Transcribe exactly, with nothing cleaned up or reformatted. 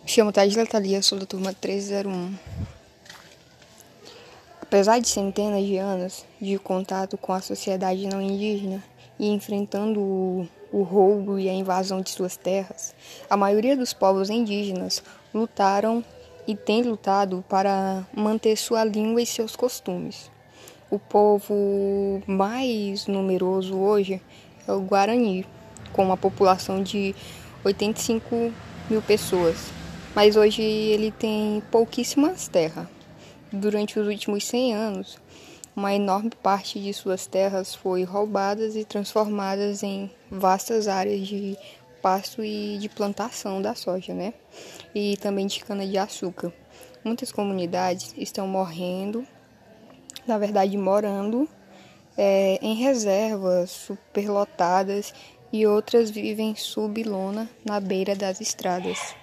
Chamo Tadila Thalia, sou da turma treze zero um. Apesar de centenas de anos de contato com a sociedade não indígena e enfrentando o, o roubo e a invasão de suas terras, a maioria dos povos indígenas lutaram e tem lutado para manter sua língua e seus costumes. O povo mais numeroso hoje é o Guarani, com uma população de oitenta e cinco mil pessoas, mas hoje ele tem pouquíssimas terras. Durante os últimos cem anos, uma enorme parte de suas terras foi roubadas e transformadas em vastas áreas de pasto e de plantação da soja, né? E também de cana-de-açúcar. Muitas comunidades estão morrendo, na verdade morando, é, em reservas superlotadas e outras vivem sob lona na beira das estradas.